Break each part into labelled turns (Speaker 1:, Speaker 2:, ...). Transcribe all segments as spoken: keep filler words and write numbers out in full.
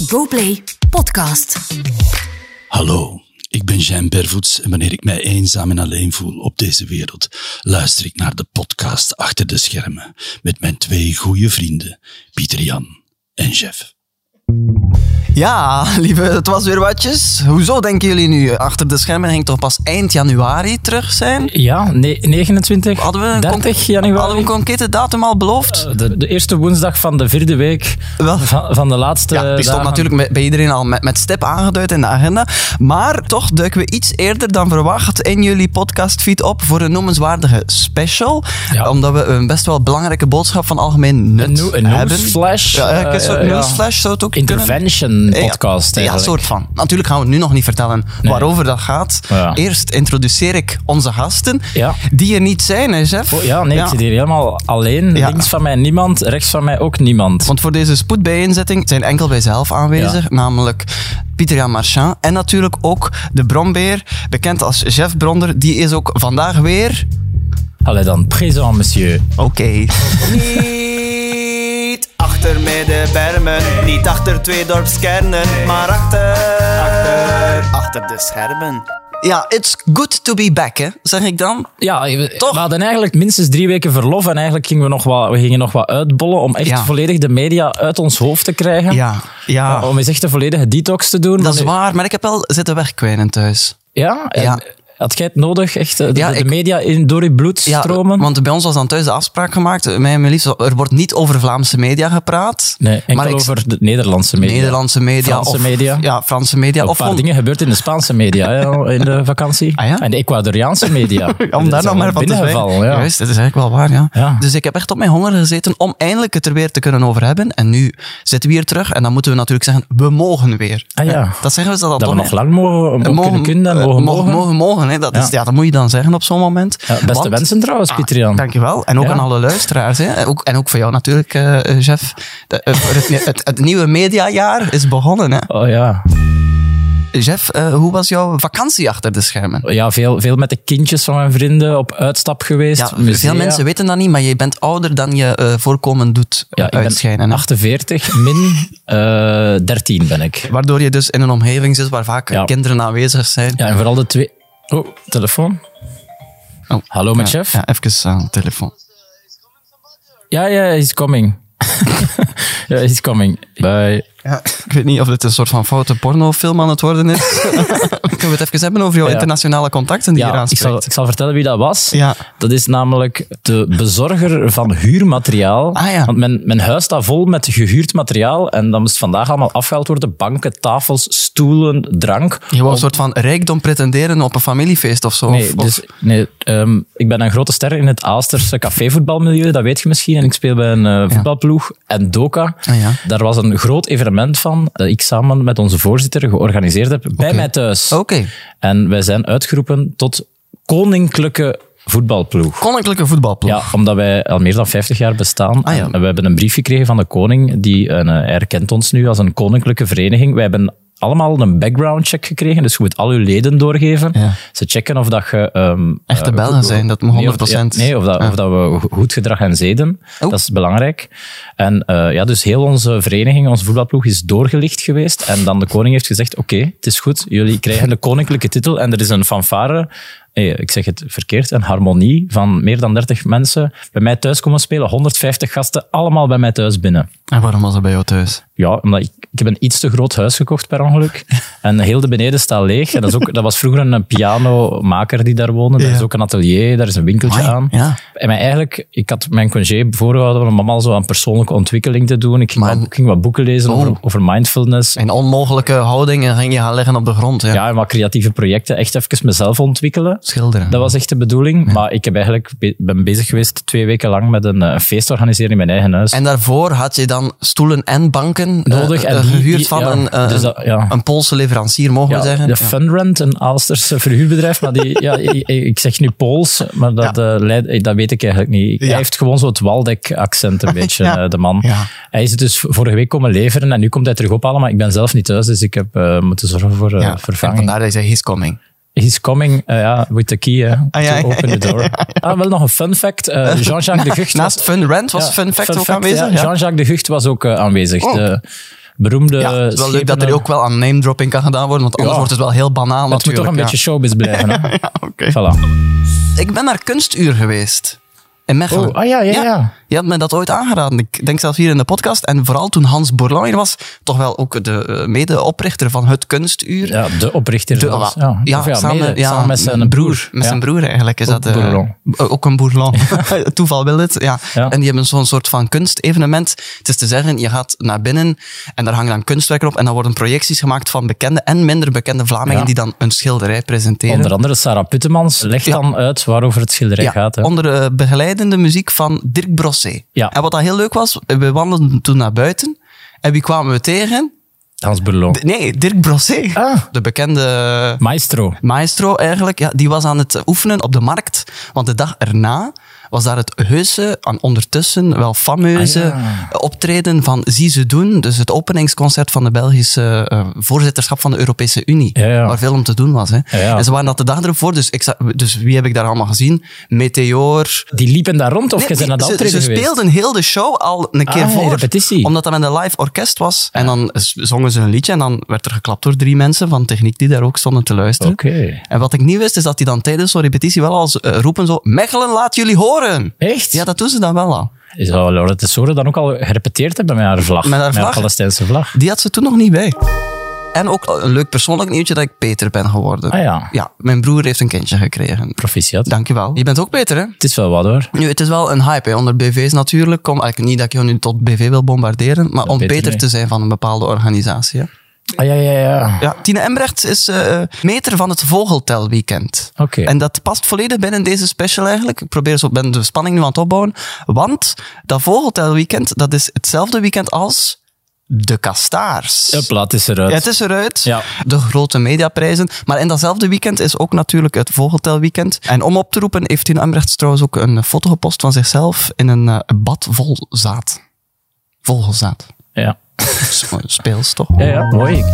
Speaker 1: GoPlay Podcast.
Speaker 2: Hallo, ik ben Jean Bervoets en wanneer ik mij eenzaam en alleen voel op deze wereld, luister ik naar de podcast Achter de Schermen met mijn twee goede vrienden, Pieter Jan en Jeff.
Speaker 3: Ja, lieve, het was weer watjes. Hoezo denken jullie nu? Achter de Schermen ging toch pas eind januari terug zijn?
Speaker 4: Ja, ne- negenentwintig,
Speaker 3: Hadden we een
Speaker 4: dertig januari.
Speaker 3: Hadden we een concrete datum al beloofd?
Speaker 4: Uh, de, de eerste woensdag van de vierde week
Speaker 3: Wel.
Speaker 4: van, van de laatste
Speaker 3: Ja, die stond
Speaker 4: dagen.
Speaker 3: natuurlijk met- bij iedereen al met, met stip aangeduid in de agenda. Maar toch duiken we iets eerder dan verwacht in jullie podcastfeed op voor een noemenswaardige special.
Speaker 4: Ja.
Speaker 3: Omdat we een best wel belangrijke boodschap van algemeen nut
Speaker 4: Een, nieuw- een
Speaker 3: hebben.
Speaker 4: newsflash.
Speaker 3: Ja, een
Speaker 4: uh,
Speaker 3: soort
Speaker 4: uh, ja.
Speaker 3: newsflash zou het ook kunnen.
Speaker 4: Intervention podcast
Speaker 3: Ja, ja,
Speaker 4: eigenlijk.
Speaker 3: soort van. Natuurlijk gaan we nu nog niet vertellen
Speaker 4: Nee.
Speaker 3: waarover dat gaat.
Speaker 4: Ja.
Speaker 3: Eerst introduceer ik onze gasten,
Speaker 4: Ja.
Speaker 3: die er niet zijn, hè, Jeff?
Speaker 4: Oh, ja, nee, ik zit hier helemaal alleen.
Speaker 3: Ja.
Speaker 4: Links van mij niemand, rechts van mij ook niemand.
Speaker 3: Want voor deze spoedbijeenzetting zijn enkel wij zelf aanwezig,
Speaker 4: Ja.
Speaker 3: namelijk Pieter Jan Marchand en natuurlijk ook de Brombeer, bekend als Jeff Bronder. Die is ook vandaag weer...
Speaker 4: Allee dan, présent, monsieur.
Speaker 3: Oké. Niet achter middenbermen, niet achter twee dorpskernen, maar achter... Achter... Achter de schermen. Ja, it's good to be back, hè, zeg ik dan.
Speaker 4: Ja, we,
Speaker 3: Toch?
Speaker 4: we hadden eigenlijk minstens drie weken verlof en eigenlijk gingen we nog wat, we gingen nog wat uitbollen om echt
Speaker 3: Ja.
Speaker 4: volledig de media uit ons hoofd te krijgen.
Speaker 3: Ja, ja.
Speaker 4: Om eens echt een volledige detox te doen.
Speaker 3: Dat is
Speaker 4: Maar-
Speaker 3: waar, maar ik heb wel zitten wegkwijnen thuis.
Speaker 4: Ja? En
Speaker 3: Ja.
Speaker 4: Had jij het nodig, echt de,
Speaker 3: Ja,
Speaker 4: de
Speaker 3: ik-
Speaker 4: media in, door je bloed stromen?
Speaker 3: want bij ons was dan thuis de afspraak gemaakt. Mij en mijn liefst, er wordt niet over Vlaamse media gepraat.
Speaker 4: Nee, enkel
Speaker 3: maar ik-
Speaker 4: over de Nederlandse media.
Speaker 3: Nederlandse media.
Speaker 4: Franse
Speaker 3: of,
Speaker 4: media.
Speaker 3: Ja, Franse media.
Speaker 4: Een
Speaker 3: Of
Speaker 4: paar
Speaker 3: on-
Speaker 4: dingen gebeurt in de Spaanse media hè, in de vakantie.
Speaker 3: Ah, ja?
Speaker 4: En de Ecuadoriaanse media.
Speaker 3: Om
Speaker 4: Dat
Speaker 3: daar
Speaker 4: is
Speaker 3: nog
Speaker 4: al
Speaker 3: maar van te
Speaker 4: binnengevallen,
Speaker 3: zwijgen.
Speaker 4: ja.
Speaker 3: Juist, dat is eigenlijk wel waar, ja.
Speaker 4: Ja.
Speaker 3: Dus ik heb echt op mijn honger gezeten om eindelijk het er weer te kunnen over hebben. En nu zitten we hier terug en dan moeten we natuurlijk zeggen, we mogen weer.
Speaker 4: Ah, ja.
Speaker 3: Dat zeggen we dat,
Speaker 4: Dat
Speaker 3: toch
Speaker 4: we nog
Speaker 3: hè?
Speaker 4: lang mogen, mogen, kunnen, kunnen en
Speaker 3: eh,
Speaker 4: mogen,
Speaker 3: mogen, mogen, mogen, hè. Dat, is,
Speaker 4: Ja.
Speaker 3: ja, dat moet je dan zeggen op zo'n moment.
Speaker 4: Ja, beste
Speaker 3: Want-
Speaker 4: wensen trouwens, Pieter Jan.
Speaker 3: Dankjewel. En ook
Speaker 4: Ja.
Speaker 3: aan alle luisteraars. Hè. En, ook, en ook voor jou natuurlijk, eh Jeff. De, eh, voor het, het, het nieuwe mediajaar is begonnen. Hè.
Speaker 4: Oh ja.
Speaker 3: Jeff, eh, hoe was jouw vakantie achter de schermen?
Speaker 4: Ja, veel, veel met de kindjes van mijn vrienden op uitstap geweest.
Speaker 3: Ja,
Speaker 4: musea.
Speaker 3: veel mensen weten dat niet, maar je bent ouder dan je eh, voorkomen doet
Speaker 4: Ja,
Speaker 3: eh,
Speaker 4: ik
Speaker 3: uitschijnen.
Speaker 4: ben
Speaker 3: Hè.
Speaker 4: achtenveertig, min uh, dertien ben ik.
Speaker 3: Waardoor je dus in een omgeving zit waar vaak
Speaker 4: Ja.
Speaker 3: kinderen aanwezig zijn.
Speaker 4: Ja, en vooral de twee... Oh, telefoon.
Speaker 3: Oh.
Speaker 4: Hallo met
Speaker 3: Ja,
Speaker 4: Jeff?
Speaker 3: Ja, even aan de telefoon.
Speaker 4: Ja, ja, he's coming. Ja, he's coming. Bye.
Speaker 3: Ja, ik weet niet of dit een soort van foute pornofilm aan het worden is. Kunnen we het even hebben over jouw
Speaker 4: Ja.
Speaker 3: internationale contacten die je
Speaker 4: Ja,
Speaker 3: eraan
Speaker 4: ik zal,
Speaker 3: spreekt?
Speaker 4: ik zal vertellen wie dat was.
Speaker 3: Ja.
Speaker 4: Dat is namelijk de bezorger van huurmateriaal.
Speaker 3: Ah, ja.
Speaker 4: Want mijn, mijn huis staat vol met gehuurd materiaal en dat moest vandaag allemaal afgehaald worden. Banken, tafels, stoelen, drank.
Speaker 3: Je wou een soort van rijkdom pretenderen op een familiefeest of zo?
Speaker 4: Nee,
Speaker 3: of, of-
Speaker 4: dus, nee um, ik ben een grote ster in het Aalsterse cafévoetbalmilieu, dat weet je misschien. En ik speel bij een uh, voetbalploeg, en Doka.
Speaker 3: Ah, ja.
Speaker 4: Daar was een groot evenement van, dat ik samen met onze voorzitter georganiseerd heb, bij
Speaker 3: Oké.
Speaker 4: mij thuis.
Speaker 3: Oké.
Speaker 4: En wij zijn uitgeroepen tot koninklijke voetbalploeg.
Speaker 3: Koninklijke voetbalploeg.
Speaker 4: Ja, omdat wij al meer dan vijftig jaar bestaan.
Speaker 3: Ah, ja.
Speaker 4: En we hebben een brief gekregen van de koning, die uh, hij erkent ons nu als een koninklijke vereniging. Wij hebben allemaal een background check gekregen, dus je moet al je leden doorgeven.
Speaker 3: Ja.
Speaker 4: Ze checken of dat je... Um,
Speaker 3: Echte
Speaker 4: uh,
Speaker 3: Belgen zijn, dat moet
Speaker 4: nee,
Speaker 3: honderd procent.
Speaker 4: Of, ja, nee, of dat,
Speaker 3: Ja.
Speaker 4: of dat we goed gedrag en zeden.
Speaker 3: Oh.
Speaker 4: Dat is belangrijk. En uh, ja, dus heel onze vereniging, onze voetbalploeg, is doorgelicht geweest. En dan de koning heeft gezegd, oké, okay, het is goed, jullie krijgen de koninklijke titel en er is een fanfare... Nee, ik zeg het verkeerd, een harmonie van meer dan dertig mensen bij mij thuis komen spelen, honderdvijftig gasten, allemaal bij mij thuis binnen.
Speaker 3: En waarom was dat bij jou thuis?
Speaker 4: Ja, omdat ik, ik heb een iets te groot huis gekocht per ongeluk. En heel de beneden staat leeg. En dat, is ook, dat was vroeger een pianomaker die daar woonde.
Speaker 3: Ja.
Speaker 4: Daar is ook een atelier, daar is een winkeltje
Speaker 3: Amai,
Speaker 4: aan.
Speaker 3: ja.
Speaker 4: En mij eigenlijk, ik had mijn congé voorgehouden om allemaal zo aan persoonlijke ontwikkeling te doen. Ik ging,
Speaker 3: Maar-
Speaker 4: wat, ik ging wat boeken lezen
Speaker 3: Oh.
Speaker 4: over, over mindfulness.
Speaker 3: In onmogelijke houdingen ging je gaan liggen op de grond. Ja.
Speaker 4: Ja, en wat creatieve projecten. Echt even mezelf ontwikkelen.
Speaker 3: Schilderen.
Speaker 4: Dat was echt de bedoeling. Maar ik heb eigenlijk be- ben bezig geweest twee weken lang met een uh, feest organiseren in mijn eigen huis.
Speaker 3: En daarvoor had je dan stoelen en banken
Speaker 4: Nodig.
Speaker 3: eh,
Speaker 4: En die-
Speaker 3: gehuurd
Speaker 4: die-
Speaker 3: van
Speaker 4: ja,
Speaker 3: een, eh,
Speaker 4: dus dat- ja.
Speaker 3: een Poolse leverancier, mogen we
Speaker 4: Ja,
Speaker 3: zeggen.
Speaker 4: de Funrent, een Aalsterse verhuurbedrijf, maar die, ja, ik, ik zeg nu Pools, maar dat,
Speaker 3: Ja.
Speaker 4: eh, leid- dat weet ik eigenlijk niet.
Speaker 3: Ja.
Speaker 4: Hij heeft gewoon zo het Waldeck-accent een beetje,
Speaker 3: Ja.
Speaker 4: eh, de man.
Speaker 3: Ja.
Speaker 4: Hij is het dus vorige week komen leveren en nu komt hij terug ophalen, maar ik ben zelf niet thuis, dus ik heb uh, moeten zorgen voor uh,
Speaker 3: Ja, en
Speaker 4: vervanging.
Speaker 3: vandaar dat je zei, he's coming.
Speaker 4: He's coming, uh, ja, with the key, hè,
Speaker 3: Ah, ja,
Speaker 4: to
Speaker 3: ja,
Speaker 4: open the door. Ah, wel nog een fun fact. Uh, Jean-Jacques de Gucht
Speaker 3: Naast
Speaker 4: was...
Speaker 3: Fun Rent was
Speaker 4: Ja,
Speaker 3: Fun Fact
Speaker 4: fun
Speaker 3: ook
Speaker 4: fact,
Speaker 3: aanwezig.
Speaker 4: ja.
Speaker 3: Ja.
Speaker 4: Jean-Jacques de Gucht was ook uh, aanwezig.
Speaker 3: Oh.
Speaker 4: De, beroemde
Speaker 3: Ja, het is wel leuk
Speaker 4: schepen
Speaker 3: dat er
Speaker 4: en-
Speaker 3: ook wel aan name-dropping kan gedaan worden, want anders
Speaker 4: Ja.
Speaker 3: wordt het wel heel banaal
Speaker 4: Het moet
Speaker 3: natuurlijk.
Speaker 4: toch een
Speaker 3: ja.
Speaker 4: beetje showbiz blijven. Hè?
Speaker 3: Ja, oké.
Speaker 4: Voilà.
Speaker 3: Ik ben naar Kunstuur geweest. In Mechelen.
Speaker 4: Oh, ah ja, ja, ja.
Speaker 3: Je had me dat ooit aangeraden. Ik denk zelfs hier in de podcast. En vooral toen Hans Bourlan hier was, toch wel ook de uh, medeoprichter van het Kunstuur.
Speaker 4: Ja, de oprichter.
Speaker 3: De-
Speaker 4: zelfs.
Speaker 3: ja,
Speaker 4: ja. Of ja,
Speaker 3: samen,
Speaker 4: mede,
Speaker 3: ja,
Speaker 4: samen met zijn broer.
Speaker 3: Met
Speaker 4: Ja.
Speaker 3: zijn broer eigenlijk is
Speaker 4: Ook
Speaker 3: dat. uh,
Speaker 4: Bourlan.
Speaker 3: ook een Bourlan. Toeval wil het. Ja.
Speaker 4: Ja.
Speaker 3: En die hebben zo'n soort van kunstevenement. Het is te zeggen, je gaat naar binnen en daar hangen dan kunstwerken op. En dan worden projecties gemaakt van bekende en minder bekende Vlamingen
Speaker 4: Ja.
Speaker 3: die dan een schilderij presenteren.
Speaker 4: Onder andere Sarah Puttemans legt
Speaker 3: Ja.
Speaker 4: dan uit waarover het schilderij
Speaker 3: Ja,
Speaker 4: gaat. Hè.
Speaker 3: onder uh, begeleidende muziek van Dirk Brosset.
Speaker 4: Ja.
Speaker 3: En wat dat heel leuk was, we wandelden toen naar buiten. En wie kwamen we tegen?
Speaker 4: Hans Bourlan.
Speaker 3: D- Nee, Dirk Brosset.
Speaker 4: Ah.
Speaker 3: De bekende
Speaker 4: Maestro.
Speaker 3: maestro eigenlijk. Ja, die was aan het oefenen op de markt. Want de dag erna was daar het heuse, aan ondertussen wel fameuze
Speaker 4: Ah, ja.
Speaker 3: optreden van Zie ze doen. Dus het openingsconcert van de Belgische uh, voorzitterschap van de Europese Unie.
Speaker 4: Ja, ja.
Speaker 3: Waar veel om te doen was. Hè.
Speaker 4: Ja, ja.
Speaker 3: En ze waren dat de dag ervoor. Dus, ik, za- dus wie heb ik daar allemaal gezien? Meteor.
Speaker 4: Die liepen daar rond of
Speaker 3: Nee,
Speaker 4: je bent naar de
Speaker 3: ze,
Speaker 4: optreden
Speaker 3: ze
Speaker 4: geweest?
Speaker 3: speelden heel de show al een keer
Speaker 4: Ah,
Speaker 3: voor.
Speaker 4: repetitie.
Speaker 3: Omdat dat met een live orkest was. En dan s- zongen ze een liedje en dan werd er geklapt door drie mensen van techniek die daar ook stonden te luisteren.
Speaker 4: Oké.
Speaker 3: En wat ik niet wist, is dat die dan tijdens zo'n repetitie wel al uh, roepen zo Mechelen, laat jullie horen.
Speaker 4: Echt?
Speaker 3: Ja, dat doen ze dan wel al.
Speaker 4: Zou Laura Tesoro dan ook al gerepeteerd hebben met haar vlag?
Speaker 3: Met haar vlag?
Speaker 4: Palestijnse vlag.
Speaker 3: Die had ze toen nog niet bij. En ook een leuk persoonlijk nieuwtje dat ik Peter ben geworden.
Speaker 4: Ah ja,
Speaker 3: Ja, mijn broer heeft een kindje gekregen.
Speaker 4: proficiat.
Speaker 3: Dankjewel. Je bent ook Peter, hè?
Speaker 4: Het is wel wat hoor.
Speaker 3: Nu, het is wel een hype hè, onder B V's natuurlijk. Kom, eigenlijk niet dat ik jou nu tot B V wil bombarderen, maar om
Speaker 4: Peter
Speaker 3: Peter
Speaker 4: mee.
Speaker 3: te zijn van een bepaalde organisatie. Hè.
Speaker 4: Ah ja, ja, ja.
Speaker 3: Ja, Tine Embrechts is uh, meter van het Vogeltelweekend.
Speaker 4: Oké.
Speaker 3: En dat past volledig binnen deze special eigenlijk. Ik probeer zo, ben de spanning nu aan het opbouwen. Want dat Vogeltelweekend, dat is hetzelfde weekend als de Kastaars.
Speaker 4: Hopla, het is eruit.
Speaker 3: Ja, het is eruit.
Speaker 4: Ja.
Speaker 3: De grote mediaprijzen. Maar in datzelfde weekend is ook natuurlijk het Vogeltelweekend. En om op te roepen heeft Tine Embrechts trouwens ook een foto gepost van zichzelf in een uh, bad vol zaad. Vogelzaad.
Speaker 4: Ja.
Speaker 3: Speels toch?
Speaker 4: Ja, ja, mooi.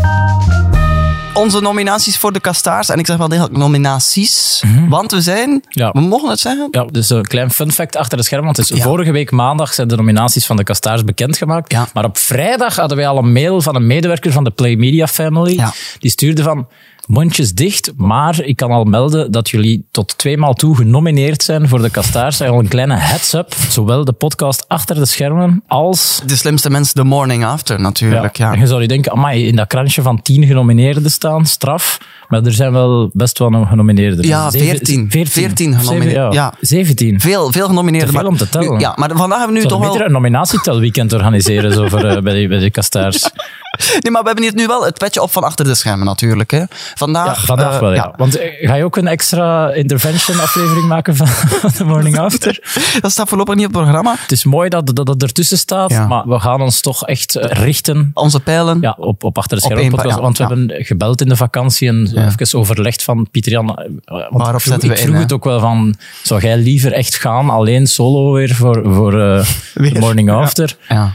Speaker 3: Onze nominaties voor de Kastaars. En ik zeg wel degelijk nominaties. Want we zijn...
Speaker 4: Ja.
Speaker 3: We mogen het zeggen.
Speaker 4: Ja, dus een klein fun fact achter de schermen. Want het is
Speaker 3: Ja.
Speaker 4: vorige week maandag zijn de nominaties van de Kastaars bekendgemaakt.
Speaker 3: Ja.
Speaker 4: Maar op vrijdag hadden wij al een mail van een medewerker van de Play Media Family.
Speaker 3: Ja.
Speaker 4: Die stuurde van... Mondjes dicht, maar ik kan al melden dat jullie tot tweemaal toe genomineerd zijn voor de Kastaars. En al een kleine heads-up. Zowel de podcast Achter de Schermen als...
Speaker 3: De slimste mensen, The Morning After natuurlijk. Ja.
Speaker 4: En je zou je denken, amai, in dat krantje van tien genomineerden staan, straf. Maar er zijn wel best wel nog genomineerden.
Speaker 3: Ja,
Speaker 4: Zeven-
Speaker 3: veertien.
Speaker 4: veertien.
Speaker 3: veertien genomineerd.
Speaker 4: Zeven,
Speaker 3: Ja.
Speaker 4: zeventien.
Speaker 3: Veel, veel genomineerden.
Speaker 4: Te veel
Speaker 3: maar-
Speaker 4: om te tellen.
Speaker 3: Ja, maar vandaag hebben we nu
Speaker 4: Zou
Speaker 3: toch
Speaker 4: beter
Speaker 3: wel...
Speaker 4: een nominatietelweekend organiseren zo voor, uh, bij, de, bij de Kastaars.
Speaker 3: Nee, maar we hebben hier nu wel het petje op van achter de schermen natuurlijk. Hè. Vandaag...
Speaker 4: Ja, vandaag
Speaker 3: uh,
Speaker 4: wel, ja. Want uh, ga je ook een extra intervention-aflevering maken van The Morning After?
Speaker 3: Dat staat voorlopig niet op het programma.
Speaker 4: Het is mooi dat dat, dat ertussen staat,
Speaker 3: Ja.
Speaker 4: maar we gaan ons toch echt uh, richten
Speaker 3: Onze pijlen.
Speaker 4: ja, op, op Achter de
Speaker 3: Op
Speaker 4: Schermen
Speaker 3: één pa-
Speaker 4: podcast.
Speaker 3: ja,
Speaker 4: Want we
Speaker 3: ja.
Speaker 4: hebben gebeld in de vakantie en
Speaker 3: Ja.
Speaker 4: even overlegd van Pieter Jan. uh, Want
Speaker 3: Waarop
Speaker 4: ik vroeg,
Speaker 3: zetten we
Speaker 4: ik
Speaker 3: in,
Speaker 4: vroeg
Speaker 3: hè?
Speaker 4: het ook wel van, zou jij liever echt gaan, alleen solo weer voor, voor uh,
Speaker 3: Weer.
Speaker 4: The Morning
Speaker 3: Ja.
Speaker 4: After?
Speaker 3: Ja.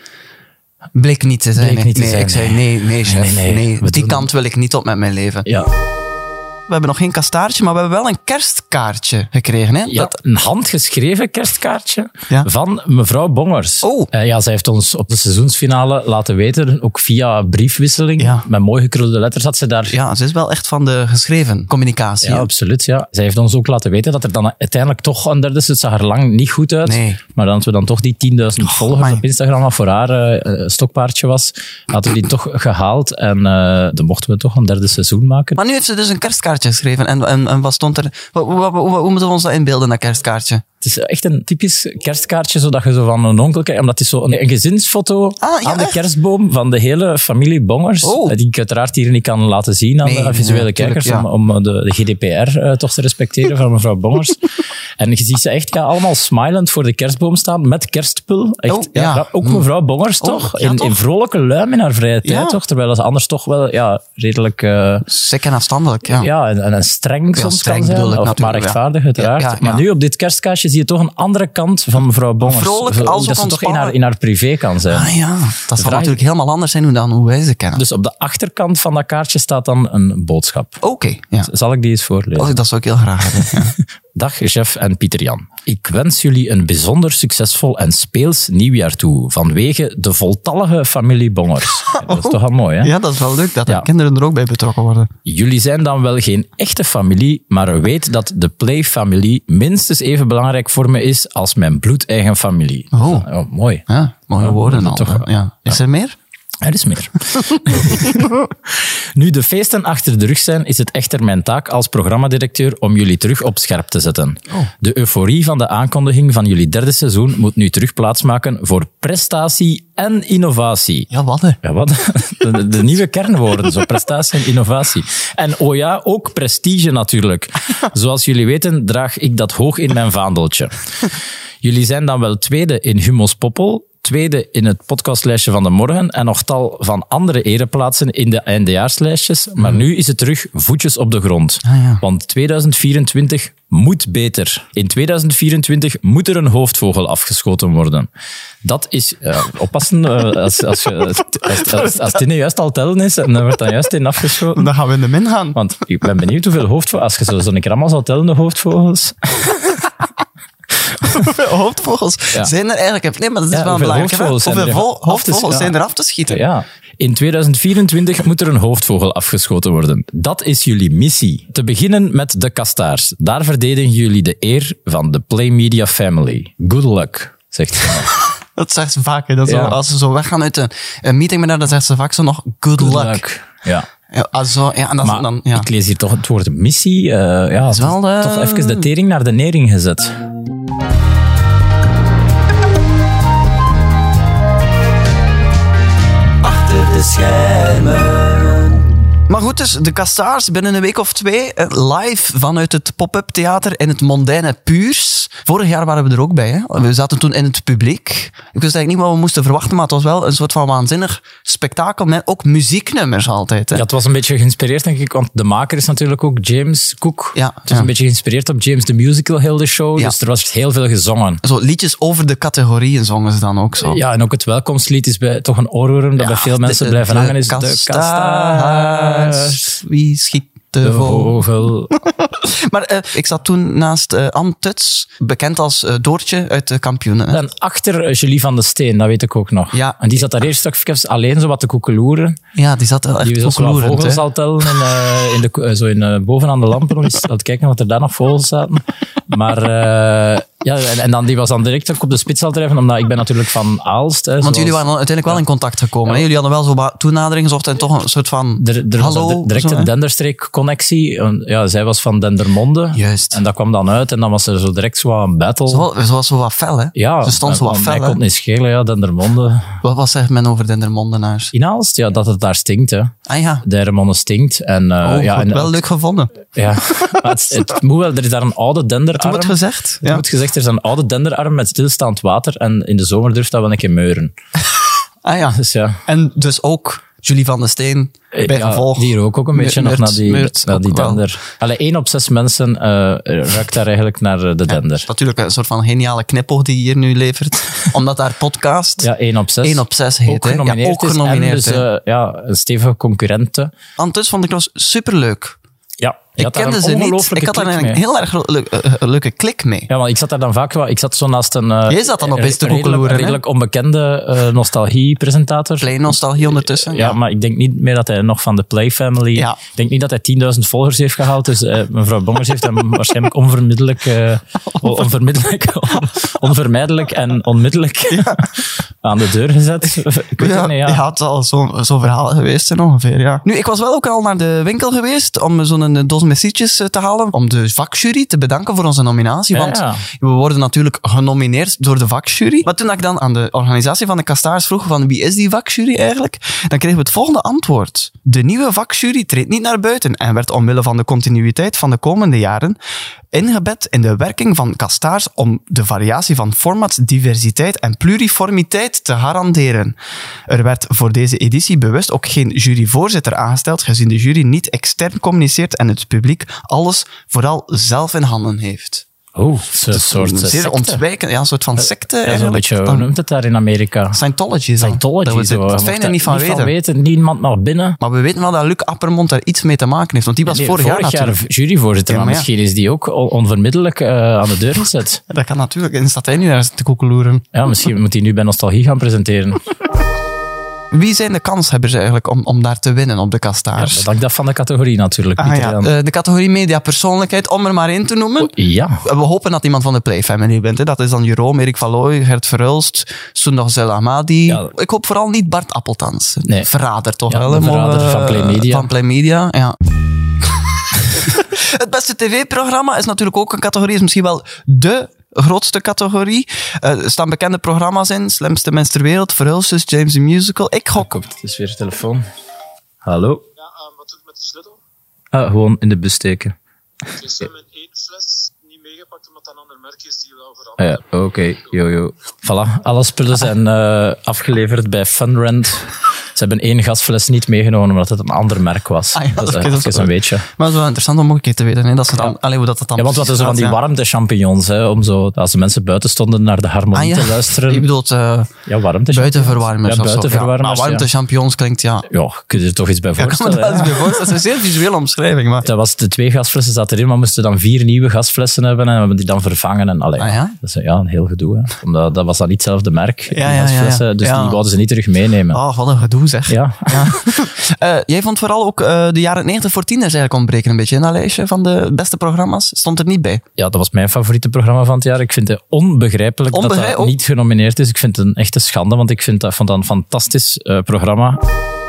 Speaker 3: Bleek niet te zijn.
Speaker 4: Bleek
Speaker 3: nee.
Speaker 4: niet te
Speaker 3: nee,
Speaker 4: zijn,
Speaker 3: ik zei
Speaker 4: nee.
Speaker 3: nee, nee, chef.
Speaker 4: Nee,
Speaker 3: Nee,
Speaker 4: nee, we
Speaker 3: Die
Speaker 4: doen-
Speaker 3: kant wil ik niet op met mijn leven.
Speaker 4: Ja,
Speaker 3: We hebben nog geen kastaartje, maar we hebben wel een kerstkaartje gekregen. Hè?
Speaker 4: ja
Speaker 3: Dat,
Speaker 4: een handgeschreven kerstkaartje
Speaker 3: Ja.
Speaker 4: van mevrouw Bongers.
Speaker 3: Oh.
Speaker 4: Uh, ja, zij heeft ons op de seizoensfinale laten weten, ook via briefwisseling,
Speaker 3: Ja.
Speaker 4: met mooi gekrulde letters had ze daar...
Speaker 3: ja, ze is wel echt van de geschreven communicatie.
Speaker 4: Ja,
Speaker 3: hè?
Speaker 4: absoluut. Ja. Zij heeft ons ook laten weten dat er dan uiteindelijk toch een derde is. Het zag er lang niet goed uit.
Speaker 3: Nee.
Speaker 4: Maar dat we dan toch die tienduizend volgers
Speaker 3: amai.
Speaker 4: op Instagram, wat voor haar uh, een stokpaardje was, hadden we die toch gehaald. En uh, dan mochten we toch een derde seizoen maken.
Speaker 3: Maar nu heeft ze dus een kerstkaartje geschreven. En, en, en wat stond er? Hoe, hoe, hoe, hoe moeten we ons dat inbeelden, dat kerstkaartje?
Speaker 4: Het is echt een typisch kerstkaartje, zodat je zo van een onkel krijgt. Omdat het is zo een, een gezinsfoto
Speaker 3: Ah, ja,
Speaker 4: aan de
Speaker 3: echt?
Speaker 4: kerstboom van de hele familie Bongers.
Speaker 3: Oh.
Speaker 4: Die ik uiteraard hier niet kan laten zien aan
Speaker 3: Nee,
Speaker 4: de visuele
Speaker 3: nee,
Speaker 4: kijkers,
Speaker 3: tuurlijk, ja.
Speaker 4: om, om de, de G D P R uh, toch te respecteren van mevrouw Bongers. En je ziet ze echt ja, allemaal smilend voor de kerstboom staan, met kerstspul. Echt,
Speaker 3: Oh,
Speaker 4: ja.
Speaker 3: ja.
Speaker 4: Ja, ook mevrouw Bongers,
Speaker 3: Oh,
Speaker 4: toch?
Speaker 3: ja,
Speaker 4: in,
Speaker 3: toch?
Speaker 4: in vrolijke luim in haar vrije tijd,
Speaker 3: Ja.
Speaker 4: toch? Terwijl ze anders toch wel ja, redelijk... uh,
Speaker 3: Sick en afstandelijk, ja.
Speaker 4: ja, en, en streng
Speaker 3: Ja,
Speaker 4: soms
Speaker 3: streng
Speaker 4: kan zijn,
Speaker 3: bedoel ik
Speaker 4: of maar
Speaker 3: natuurlijk, ja.
Speaker 4: rechtvaardig uiteraard.
Speaker 3: Ja, ja, ja.
Speaker 4: Maar nu op dit kerstkaartje zie je toch een andere kant van mevrouw Bongers.
Speaker 3: Vrolijk,
Speaker 4: Zo,
Speaker 3: als
Speaker 4: dat
Speaker 3: ook
Speaker 4: ze toch in
Speaker 3: ontspannen.
Speaker 4: haar, in haar privé kan zijn.
Speaker 3: Ah ja, dat zal
Speaker 4: vraag-
Speaker 3: natuurlijk helemaal anders zijn dan hoe wij ze kennen.
Speaker 4: Dus op de achterkant van dat kaartje staat dan een boodschap.
Speaker 3: Oké, ja.
Speaker 4: Zal ik die eens voorlezen?
Speaker 3: Oh, dat zou ik heel graag hebben. Ja.
Speaker 4: Dag Jeff en Pieter-Jan. Ik wens jullie een bijzonder succesvol en speels nieuwjaar toe, vanwege de voltallige familie Bongers. Ja, dat is toch al mooi, hè?
Speaker 3: Ja, dat is wel leuk dat
Speaker 4: Ja.
Speaker 3: de kinderen er ook bij betrokken worden.
Speaker 4: Jullie zijn dan wel geen echte familie, maar weet dat de Play-familie minstens even belangrijk voor me is als mijn bloedeigen familie.
Speaker 3: Oh.
Speaker 4: Oh, mooi.
Speaker 3: Ja, mooie
Speaker 4: Ja,
Speaker 3: woorden
Speaker 4: dat
Speaker 3: al.
Speaker 4: toch,
Speaker 3: hè. Ja. Is er meer?
Speaker 4: Er is meer. Nu de feesten achter de rug zijn, is het echter mijn taak als programmadirecteur om jullie terug op scherp te zetten.
Speaker 3: Oh.
Speaker 4: De euforie van de aankondiging van jullie derde seizoen moet nu terug plaatsmaken voor prestatie en innovatie.
Speaker 3: Ja, wat hè?
Speaker 4: Ja, wat? De, de nieuwe kernwoorden, zo prestatie en innovatie. En oh ja, ook prestige natuurlijk. Zoals jullie weten draag ik dat hoog in mijn vaandeltje. Jullie zijn dan wel tweede in Humo's Poppel, tweede in het podcastlijstje van de morgen en nog tal van andere ereplaatsen in de eindejaarslijstjes. Maar nu is het terug voetjes op de grond.
Speaker 3: Ah, ja.
Speaker 4: Want tweeduizend vierentwintig moet beter. In tweeduizend vierentwintig moet er een hoofdvogel afgeschoten worden. Dat is... Uh, oppassen, uh, als, als, je, als, als, als het in juist al tellen is en dan wordt dan juist in afgeschoten.
Speaker 3: Dan gaan we in de min gaan.
Speaker 4: Want ik ben benieuwd hoeveel hoofdvogels... Als je zo- zo'n keer allemaal zou tellen, de hoofdvogels...
Speaker 3: Hoeveel hoofdvogels
Speaker 4: Ja.
Speaker 3: zijn er eigenlijk? Nee, maar dat is
Speaker 4: Ja,
Speaker 3: wel
Speaker 4: hoeveel
Speaker 3: belangrijk. hè?
Speaker 4: hoofdvogels zijn
Speaker 3: Hoeveel
Speaker 4: er
Speaker 3: vo-
Speaker 4: af te-
Speaker 3: hoofdvogels
Speaker 4: ja.
Speaker 3: zijn er af te schieten?
Speaker 4: Ja. In tweeduizend vierentwintig moet er een hoofdvogel afgeschoten worden. Dat is jullie missie. Te beginnen met de kastaars. Daar verdedigen jullie de eer van de Play Media Family. Good luck, zegt ze.
Speaker 3: Dat zegt ze vaak. Hè. Dat is
Speaker 4: Ja.
Speaker 3: zo, als ze zo weggaan uit een, een meeting met haar, dan zegt ze vaak zo nog good,
Speaker 4: Good
Speaker 3: luck.
Speaker 4: luck. Ja.
Speaker 3: Ja, also, ja, en dat is
Speaker 4: Maar
Speaker 3: dan, ja.
Speaker 4: ik lees hier toch het woord missie. Uh, ja,
Speaker 3: is wel, eh,
Speaker 4: toch even de tering naar de nering gezet.
Speaker 5: Achter de schermen.
Speaker 3: Maar goed, dus de Kastaars binnen een week of twee eh, live vanuit het pop-up theater in het mondaine Puurs. Vorig jaar waren we er ook bij. Hè? We zaten toen in het publiek. Ik wist eigenlijk niet wat we moesten verwachten, maar het was wel een soort van waanzinnig spektakel met ook muzieknummers altijd. Hè?
Speaker 4: Ja, het was een beetje geïnspireerd, denk ik, want de maker is natuurlijk ook James Cook.
Speaker 3: Ja,
Speaker 4: het was
Speaker 3: ja.
Speaker 4: een beetje geïnspireerd op James the Musical, heel de show.
Speaker 3: Ja.
Speaker 4: Dus er was heel veel gezongen.
Speaker 3: Zo liedjes over de categorieën zongen ze dan ook zo.
Speaker 4: Ja, en ook het welkomstlied is bij, toch een oorworm dat
Speaker 3: Ja,
Speaker 4: bij veel
Speaker 3: de-
Speaker 4: mensen
Speaker 3: de-
Speaker 4: blijven
Speaker 3: de
Speaker 4: hangen. Is de kastaars.
Speaker 3: Wie schiet de
Speaker 4: De
Speaker 3: vogel?
Speaker 4: vogel.
Speaker 3: Maar eh, ik zat toen naast eh Anne Tuts, bekend als eh, Doortje uit de Kampioenen. Hè?
Speaker 4: En achter eh, Julie van de Steen, dat weet ik ook nog.
Speaker 3: Ja.
Speaker 4: En die zat daar eerst toch even alleen zo wat te koekeloeren.
Speaker 3: Ja, die zat wel echt
Speaker 4: Die was ook wel
Speaker 3: koekeloerend,
Speaker 4: vogels
Speaker 3: hè.
Speaker 4: al tellen en, eh, in de, ko- eh, zo in, eh, bovenaan de lampen om eens te kijken wat er daar nog vogels zaten. Maar eh, ja, en, en dan die was dan direct ook op de spits al drijven, omdat ik ben natuurlijk van Aalst. Hè,
Speaker 3: Want
Speaker 4: zoals-
Speaker 3: jullie waren dan uiteindelijk wel in contact gekomen. Hè? Jullie hadden wel zo wat toenadering gezocht en toch een soort van
Speaker 4: Er, er was
Speaker 3: hallo.
Speaker 4: een- direct
Speaker 3: zo,
Speaker 4: een
Speaker 3: hè?
Speaker 4: Denderstreek-connectie. En Ja, zij was van Dendermonde.
Speaker 3: Juist.
Speaker 4: En dat kwam dan uit en dan was er zo direct zo een battle.
Speaker 3: Zo, ze was zo wat fel, hè?
Speaker 4: Ja,
Speaker 3: Ze stond zo wat
Speaker 4: mij
Speaker 3: fel,
Speaker 4: kon
Speaker 3: hè?
Speaker 4: het niet schelen, ja, Dendermonde.
Speaker 3: Wat, wat zegt men over Dendermondenaars?
Speaker 4: In Aalst, ja, dat het daar stinkt, hè.
Speaker 3: Ah ja,
Speaker 4: Dendermonde stinkt. En, eh,
Speaker 3: oh,
Speaker 4: ja,
Speaker 3: goed,
Speaker 4: en,
Speaker 3: wel leuk gevonden.
Speaker 4: Ja, maar het, het moet wel, er is daar een oude denderarm.
Speaker 3: Het wordt gezegd.
Speaker 4: Het
Speaker 3: Ja.
Speaker 4: moet gezegd, er is een oude denderarm met stilstaand water en in de zomer durft dat wel een keer meuren.
Speaker 3: Ah ja.
Speaker 4: Dus ja,
Speaker 3: En dus ook Julie van de Steen, bij
Speaker 4: ja,
Speaker 3: gevolg.
Speaker 4: die rook ook een beetje nog
Speaker 3: Meurt-
Speaker 4: naar die,
Speaker 3: Meurt
Speaker 4: naar die
Speaker 3: ook wel.
Speaker 4: dender. Allee, één op zes mensen uh, ruikt daar eigenlijk naar uh, de dender.
Speaker 3: Natuurlijk een soort van geniale knipoog die je hier nu levert. Omdat haar podcast
Speaker 4: Ja, één op zes.
Speaker 3: één op zes heet.
Speaker 4: Ook
Speaker 3: hè.
Speaker 4: genomineerd,
Speaker 3: ja, ook
Speaker 4: is.
Speaker 3: genomineerd.
Speaker 4: En dus
Speaker 3: hè.
Speaker 4: uh, ja, een stevige concurrente.
Speaker 3: Antus vond ik trouwens superleuk.
Speaker 4: Ja,
Speaker 3: Ik kende ze niet. Ik had daar een heel erg le- uh, leuke klik mee.
Speaker 4: Ja, want ik zat daar dan vaak wel... Ik zat zo naast een... Uh,
Speaker 3: Jij zat dan opeens te
Speaker 4: redelijk,
Speaker 3: koekeloeren, hè?
Speaker 4: redelijk onbekende uh, nostalgie-presentator.
Speaker 3: Play nostalgie ondertussen.
Speaker 4: Ja, maar ik denk niet meer dat hij nog van de Play Family...
Speaker 3: Ja.
Speaker 4: Ik denk niet dat hij tienduizend volgers heeft gehaald. Dus uh, mevrouw Bongers heeft hem waarschijnlijk onvermiddelijk... Uh, onvermiddelijk... on- onvermijdelijk en onmiddellijk aan de deur gezet. Ik weet
Speaker 3: Ja,
Speaker 4: het niet, ja.
Speaker 3: ja, het zal zo'n zo verhaal geweest zijn ongeveer, ja. Nu, ik was wel ook al naar de winkel geweest om zo'n doos met sietjes te halen, om de vakjury te bedanken voor onze nominatie,
Speaker 4: Ja,
Speaker 3: want
Speaker 4: ja.
Speaker 3: we worden natuurlijk genomineerd door de vakjury. Maar toen ik dan aan de organisatie van de Kastaars vroeg van wie is die vakjury eigenlijk, dan kregen we het volgende antwoord. De nieuwe vakjury treedt niet naar buiten en werd omwille van de continuïteit van de komende jaren ingebed in de werking van Kastaars om de variatie van formats, diversiteit en pluriformiteit te garanderen. Er werd voor deze editie bewust ook geen juryvoorzitter aangesteld, gezien de jury niet extern communiceert en het publiek alles vooral zelf in handen heeft.
Speaker 4: Oh, een soort
Speaker 3: Zeer
Speaker 4: secte.
Speaker 3: ontwijkend. Ja, een soort van secte
Speaker 4: Ja, zo'n
Speaker 3: eigenlijk.
Speaker 4: beetje, hoe
Speaker 3: Dan-
Speaker 4: noemt het daar in Amerika?
Speaker 3: Scientology is dat.
Speaker 4: Scientology.
Speaker 3: Dat we
Speaker 4: zo.
Speaker 3: het
Speaker 4: Je
Speaker 3: fijne
Speaker 4: mocht er
Speaker 3: niet van weten.
Speaker 4: weten. Niemand mag binnen.
Speaker 3: Maar we weten wel dat Luc Appermond daar iets mee te maken heeft. Want die was
Speaker 4: Nee,
Speaker 3: vorig, jaar natuurlijk.
Speaker 4: juryvoorzitter,
Speaker 3: Ja,
Speaker 4: maar,
Speaker 3: maar ja.
Speaker 4: misschien is die ook on- onvermiddelijk uh, aan de deur gezet.
Speaker 3: Dat kan natuurlijk. En staat hij nu daar te koekeloeren.
Speaker 4: Ja, misschien moet hij nu bij Nostalgie gaan presenteren.
Speaker 3: Wie zijn de kanshebbers eigenlijk om, om daar te winnen op de
Speaker 4: Ja,
Speaker 3: Kastaars?
Speaker 4: dat hangt af van de categorie natuurlijk.
Speaker 3: Ah,
Speaker 4: Pieter
Speaker 3: ja.
Speaker 4: Jan.
Speaker 3: Eh, de categorie media persoonlijkheid, om er maar één te noemen.
Speaker 4: ja.
Speaker 3: We hopen dat iemand van de Play Family bent. Hè. Dat is dan Jeroen, Erik van Looy, Gert Verhulst, Sundag Zel Ahmadi.
Speaker 4: Ja.
Speaker 3: Ik hoop vooral niet Bart Appeltans.
Speaker 4: Nee.
Speaker 3: Verrader toch
Speaker 4: Ja,
Speaker 3: wel.
Speaker 4: de
Speaker 3: hè,
Speaker 4: verrader
Speaker 3: maar,
Speaker 4: van
Speaker 3: eh,
Speaker 4: Play Media.
Speaker 3: Van Play Media, ja. Het beste tv-programma is natuurlijk ook een categorie, is misschien wel de grootste categorie. Uh, er staan bekende programma's in. Slimste Mens ter Wereld, Verhulsters, James the Musical. Ik gok.
Speaker 4: Komt, het is weer telefoon. Hallo?
Speaker 6: Ja, uh, wat doe ik met de sleutel?
Speaker 4: Ah, gewoon in de bus steken.
Speaker 6: Dus ze hebben één fles niet meegepakt omdat dat een ander merk is die we al
Speaker 4: Ah,
Speaker 6: veranderd
Speaker 4: ja, oké. Yo, yo. Voilà, alle spullen zijn uh, afgeleverd bij Funrent. Ze hebben één gasfles niet meegenomen omdat het een ander merk was.
Speaker 3: Ah, ja,
Speaker 4: dat is
Speaker 3: oké,
Speaker 4: uh,
Speaker 3: dat is
Speaker 4: even een weetje.
Speaker 3: Maar het is wel interessant om ook een keer te weten. Hè, dat ze dan, allee, hoe dat, dat dan
Speaker 4: Ja, want wat is er van die
Speaker 3: precies
Speaker 4: warmte champignons, hè, om zo, als de mensen buiten stonden naar de harmonie
Speaker 3: gaat, ja.
Speaker 4: te luisteren.
Speaker 3: Je bedoelt uh,
Speaker 4: Ja, warmte
Speaker 3: buitenverwarmers
Speaker 4: Ja,
Speaker 3: of zo.
Speaker 4: buitenverwarmers,
Speaker 3: Ja, maar warmte
Speaker 4: ja.
Speaker 3: champignons klinkt, ja...
Speaker 4: Ja, kun je er toch iets bij
Speaker 3: Ja, ik kan me
Speaker 4: voorstellen?
Speaker 3: dat eens
Speaker 4: hè?
Speaker 3: bij voorstellen. Dat is een zeer visuele omschrijving, maar...
Speaker 4: Dat was de twee gasflessen zaten erin, maar moesten dan vier nieuwe gasflessen hebben en we hebben die dan vervangen. En, allee,
Speaker 3: Ah, ja?
Speaker 4: Dat is ja, een heel gedoe. Hè. Omdat dat was dan niet hetzelfde merk, die
Speaker 3: Ja, ja, ja,
Speaker 4: gasflessen,
Speaker 3: ja.
Speaker 4: dus
Speaker 3: Ja.
Speaker 4: die wouden ze niet terug meenemen.
Speaker 3: Oh, wat een gedoe zeg.
Speaker 4: Ja.
Speaker 3: Ja. Uh, jij vond vooral ook uh, de jaren negentig voor tieners eigenlijk ontbreken een beetje in dat lijstje van de beste programma's. Stond er niet bij.
Speaker 4: Ja, dat was mijn favoriete programma van het jaar. Ik vind het onbegrijpelijk
Speaker 3: Onbegrijp-
Speaker 4: dat dat
Speaker 3: oh.
Speaker 4: niet genomineerd is. Ik vind het een echte schande, want ik vind dat, vond dat een fantastisch uh, programma.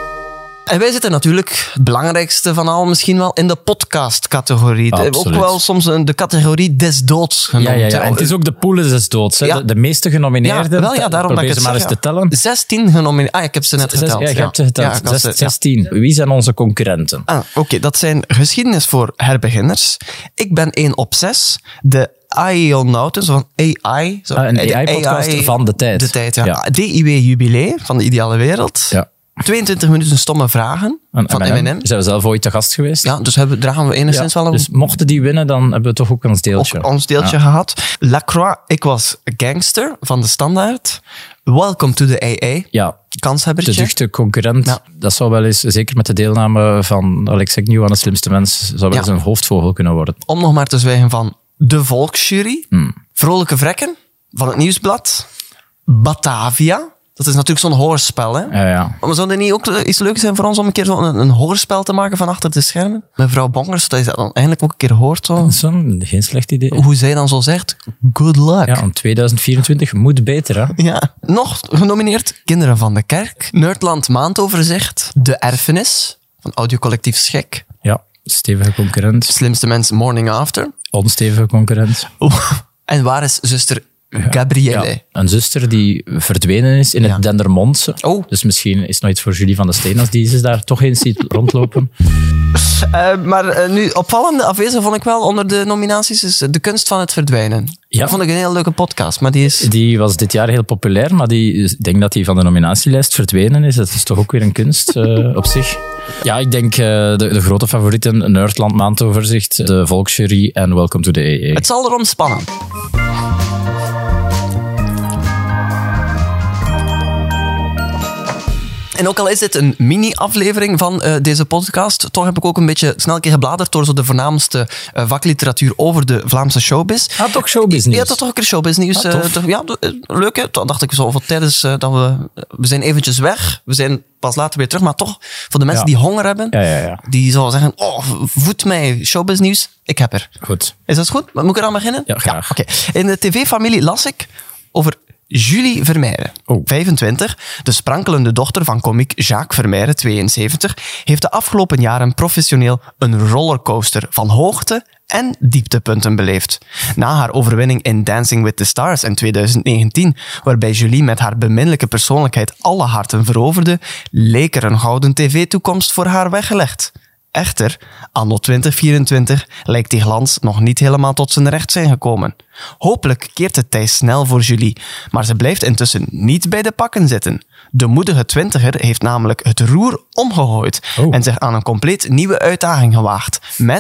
Speaker 3: En wij zitten natuurlijk, het belangrijkste van al misschien wel, in de podcast-categorie.
Speaker 4: Ah,
Speaker 3: ook
Speaker 4: absoluut.
Speaker 3: wel soms een, de categorie des doods genoemd.
Speaker 4: Ja, ja, ja.
Speaker 3: hè.
Speaker 4: En het is ook de pool des doods. Hè.
Speaker 3: Ja.
Speaker 4: De, de meeste genomineerden.
Speaker 3: Ja, wel, ja, daarom dat ik
Speaker 4: Probeer
Speaker 3: het
Speaker 4: ze maar
Speaker 3: zeg,
Speaker 4: eens
Speaker 3: ja.
Speaker 4: te tellen.
Speaker 3: zestien genomineerd. Ah, ik heb ze net
Speaker 4: Zes-
Speaker 3: geteld.
Speaker 4: ja, je hebt ze geteld.
Speaker 3: Ja, ik had
Speaker 4: Zes-
Speaker 3: ze- ja.
Speaker 4: zestien. Wie zijn onze concurrenten?
Speaker 3: Ah, Oké, dat zijn geschiedenis voor herbeginners. Ik ben één op zes. De Aeonauten, zo van A I. Zo,
Speaker 4: Ah, een
Speaker 3: de
Speaker 4: A I-podcast van de tijd.
Speaker 3: De tijd, ja.
Speaker 4: Ja.
Speaker 3: D I W Jubilee van de Ideale Wereld.
Speaker 4: Ja.
Speaker 3: tweeëntwintig minuten stomme vragen
Speaker 4: En
Speaker 3: van
Speaker 4: M en M.
Speaker 3: M en M.
Speaker 4: Zijn we zelf ooit te gast geweest?
Speaker 3: Ja, dus hebben, dragen we enigszins
Speaker 4: Ja,
Speaker 3: wel een
Speaker 4: dus mochten die winnen, dan hebben we toch ook ons deeltje.
Speaker 3: ook ons deeltje
Speaker 4: Ja.
Speaker 3: gehad. Lacroix, ik was gangster van de Standaard. Welcome to the A A.
Speaker 4: Ja, de
Speaker 3: Kanshebbertje.
Speaker 4: duchte concurrent.
Speaker 3: Ja.
Speaker 4: Dat zou wel eens, zeker met de deelname van Alex Agnew aan de slimste mens, zou wel
Speaker 3: Ja.
Speaker 4: eens een hoofdvogel kunnen worden.
Speaker 3: Om nog maar te zwijgen van de Volksjury.
Speaker 4: Hmm.
Speaker 3: Vrolijke Vrekken van het Nieuwsblad. Batavia. Dat is natuurlijk zo'n hoorspel, hè?
Speaker 4: Ja, ja.
Speaker 3: Maar zou het niet ook iets leuks zijn voor ons om een keer zo een, een hoorspel te maken van achter de schermen? Mevrouw Bongers, dat je dat dan eigenlijk ook een keer hoort. Zo.
Speaker 4: Dat is een- geen slecht idee.
Speaker 3: Hoe zij dan zo zegt, good luck.
Speaker 4: Ja, om tweeduizend vierentwintig moet beter, hè?
Speaker 3: Ja. Nog genomineerd, Kinderen van de Kerk. Nerdland Maandoverzicht. De Erfenis van Audiocollectief Schek.
Speaker 4: Ja, stevige concurrent.
Speaker 3: Slimste Mens Morning After.
Speaker 4: Onstevige concurrent.
Speaker 3: Oeh. En waar is zuster Gabrielle?
Speaker 4: Ja, een zuster die verdwenen is in
Speaker 3: Ja.
Speaker 4: het Dendermondse.
Speaker 3: Oh.
Speaker 4: Dus misschien is het nog iets voor Julie van de Steen als die ze daar toch eens ziet rondlopen.
Speaker 3: Uh, maar uh, nu, opvallende afwezig vond ik wel onder de nominaties is De Kunst van het Verdwijnen.
Speaker 4: Ja.
Speaker 3: Dat vond ik een heel leuke podcast, maar die is...
Speaker 4: Die was dit jaar heel populair, maar die, ik denk dat die van de nominatielijst verdwenen is. Dat is toch ook weer een kunst uh, op zich. Ja, ik denk uh, de, de grote favorieten, Nerdland Maandoverzicht, de Volksjury en Welcome to the A A.
Speaker 3: Het zal erom spannen. En ook al is dit een mini-aflevering van uh, deze podcast, toch heb ik ook een beetje snel een keer gebladerd door zo de voornaamste uh, vakliteratuur over de Vlaamse showbiz.
Speaker 4: Ah, toch showbusiness?
Speaker 3: Ja, dat toch ook een showbiznieuws.
Speaker 4: Ah,
Speaker 3: Uh,
Speaker 4: tof.
Speaker 3: toch, ja, uh, leuk hè. Toen dacht ik zo van tijdens uh, dat we... We zijn eventjes weg. We zijn pas later weer terug. Maar toch, voor de mensen
Speaker 4: Ja.
Speaker 3: die honger hebben,
Speaker 4: Ja, ja, ja.
Speaker 3: die zullen zeggen, oh, voed mij showbiznieuws. Ik heb er.
Speaker 4: Goed.
Speaker 3: Is dat goed? Moet ik eraan beginnen?
Speaker 4: Ja, graag.
Speaker 3: Oké. In de tv-familie las ik over Julie Vermeijren,
Speaker 4: Oh.
Speaker 3: vijfentwintig. De sprankelende dochter van komiek Jacques Vermeijren, tweeënzeventig, heeft de afgelopen jaren professioneel een rollercoaster van hoogte en dieptepunten beleefd. Na haar overwinning in Dancing with the Stars in tweeduizend negentien, waarbij Julie met haar beminnelijke persoonlijkheid alle harten veroverde, leek er een gouden tv-toekomst voor haar weggelegd. Echter, anno twintig vierentwintig lijkt die glans nog niet helemaal tot zijn recht zijn gekomen. Hopelijk keert het tij snel voor Julie, maar ze blijft intussen niet bij de pakken zitten. De moedige twintiger heeft namelijk het roer omgegooid
Speaker 4: Oh.
Speaker 3: en zich aan een compleet nieuwe uitdaging gewaagd met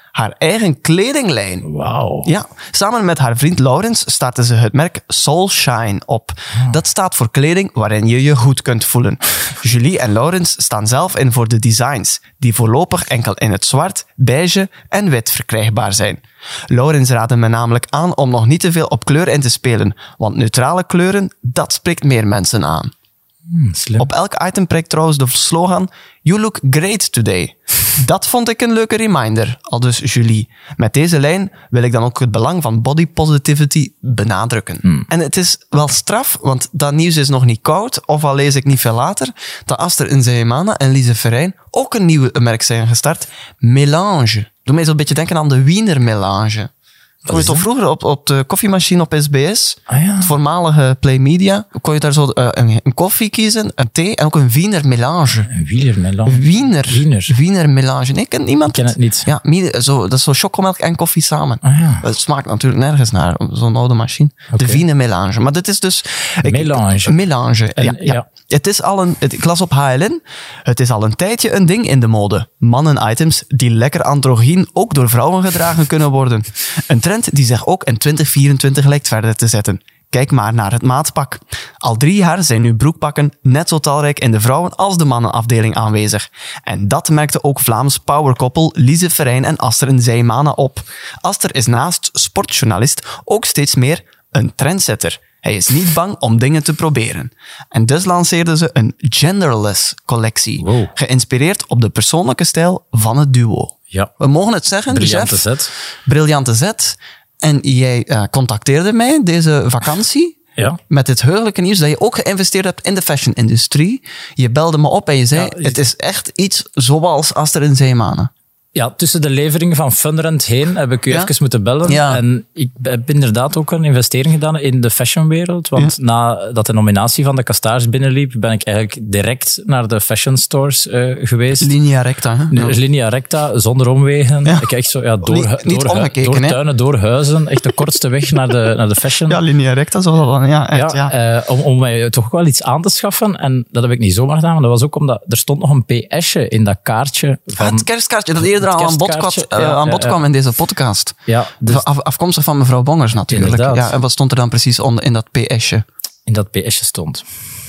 Speaker 3: haar eigen kledinglijn.
Speaker 4: Wauw.
Speaker 3: Ja, samen met haar vriend Laurens starten ze het merk Soulshine op. Dat staat voor kleding waarin je je goed kunt voelen. Julie en Laurens staan zelf in voor de designs, die voorlopig enkel in het zwart, beige en wit verkrijgbaar zijn. Laurens raadde me namelijk aan om nog niet te veel op kleur in te spelen, want neutrale kleuren, dat spreekt meer mensen aan.
Speaker 4: Hmm, slim.
Speaker 3: Op elk item prijkt trouwens de slogan You look great today. Dat vond ik een leuke reminder, aldus Julie. Met deze lijn wil ik dan ook het belang van body positivity benadrukken.
Speaker 4: Hmm.
Speaker 3: En het is wel straf, want dat nieuws is nog niet koud, of al lees ik niet veel later, dat Aster Nzeyimana en Lise Verijn ook een nieuwe merk zijn gestart. Melange. Doe mij zo'n beetje denken aan de Wiener Melange. Kon je toch vroeger op, op de koffiemachine op S B S,
Speaker 4: Ah, ja.
Speaker 3: het voormalige Play Media, kon je daar zo uh, een, een koffie kiezen, een thee en ook een Wiener Melange.
Speaker 4: Een wielermelange.
Speaker 3: Wiener.
Speaker 4: Wiener.
Speaker 3: Wiener Melange. Nee, kent niemand?
Speaker 4: Ik ken het niet.
Speaker 3: Ja, mi- zo, dat is zo chocomelk en koffie samen.
Speaker 4: Ah, ja.
Speaker 3: Het smaakt natuurlijk nergens naar, zo'n oude machine.
Speaker 4: Oké.
Speaker 3: De Wiener Melange. Maar dit is dus... ik-
Speaker 4: Melange.
Speaker 3: Melange,
Speaker 4: En,
Speaker 3: ja, ja.
Speaker 4: ja.
Speaker 3: Het is al een... Het, ik las op H L N. Het is al een tijdje een ding in de mode. Mannen-items die lekker androgyn ook door vrouwen gedragen kunnen worden. Een trend die zich ook in twintig vierentwintig lijkt verder te zetten. Kijk maar naar het maatpak. Al drie jaar zijn nu broekpakken net zo talrijk in de vrouwen- als de mannenafdeling aanwezig. En dat merkte ook Vlaams powerkoppel Lise Verijn en Aster Nzeyimana op. Aster is naast sportjournalist ook steeds meer een trendsetter. Hij is niet bang om dingen te proberen. En dus lanceerden ze een genderless collectie,
Speaker 4: Wow.
Speaker 3: geïnspireerd op de persoonlijke stijl van het duo.
Speaker 4: Ja.
Speaker 3: We mogen het zeggen,
Speaker 4: Briljante
Speaker 3: Jeff.
Speaker 4: zet.
Speaker 3: Briljante zet. En jij uh, contacteerde mij deze vakantie
Speaker 4: Ja.
Speaker 3: met het heugelijke nieuws dat je ook geïnvesteerd hebt in de fashion-industrie. Je belde me op en je zei,
Speaker 4: Ja, je-
Speaker 3: het is echt iets zoals Aster Nzeyimana.
Speaker 4: Ja, tussen de leveringen van Funderend heen heb ik u
Speaker 3: Ja?
Speaker 4: even moeten bellen.
Speaker 3: Ja.
Speaker 4: En ik heb inderdaad ook een investering gedaan in de fashionwereld. Want
Speaker 3: Ja.
Speaker 4: nadat de nominatie van de Kastaars binnenliep, ben ik eigenlijk direct naar de fashion stores eh, geweest.
Speaker 3: Linea recta, hè?
Speaker 4: De
Speaker 3: Ja.
Speaker 4: Linea recta, zonder omwegen.
Speaker 3: Ja.
Speaker 4: Ik echt zo, ja, door,
Speaker 3: Niet- niet
Speaker 4: door,
Speaker 3: omgekeken,
Speaker 4: door
Speaker 3: hè?
Speaker 4: tuinen, door huizen. Echt de kortste weg naar de, naar de fashion.
Speaker 3: Ja, linea recta zou dat dan, ja. Echt, ja,
Speaker 4: Ja, eh, om, om mij toch wel iets aan te schaffen. En dat heb ik niet zomaar gedaan, maar dat was ook omdat er stond nog een P S'je in dat kaartje. Van,
Speaker 3: het kerstkaartje dat eerder
Speaker 4: Het
Speaker 3: al aan bod,
Speaker 4: kerstkaartje,
Speaker 3: kwam, uh,
Speaker 4: ja,
Speaker 3: aan
Speaker 4: ja,
Speaker 3: bod
Speaker 4: ja.
Speaker 3: kwam in deze podcast.
Speaker 4: ja, dus
Speaker 3: Af, afkomstig van mevrouw Bongers natuurlijk.
Speaker 4: Inderdaad.
Speaker 3: Ja, en wat stond er dan precies onder in dat P S'je?
Speaker 4: in dat P S'je stond.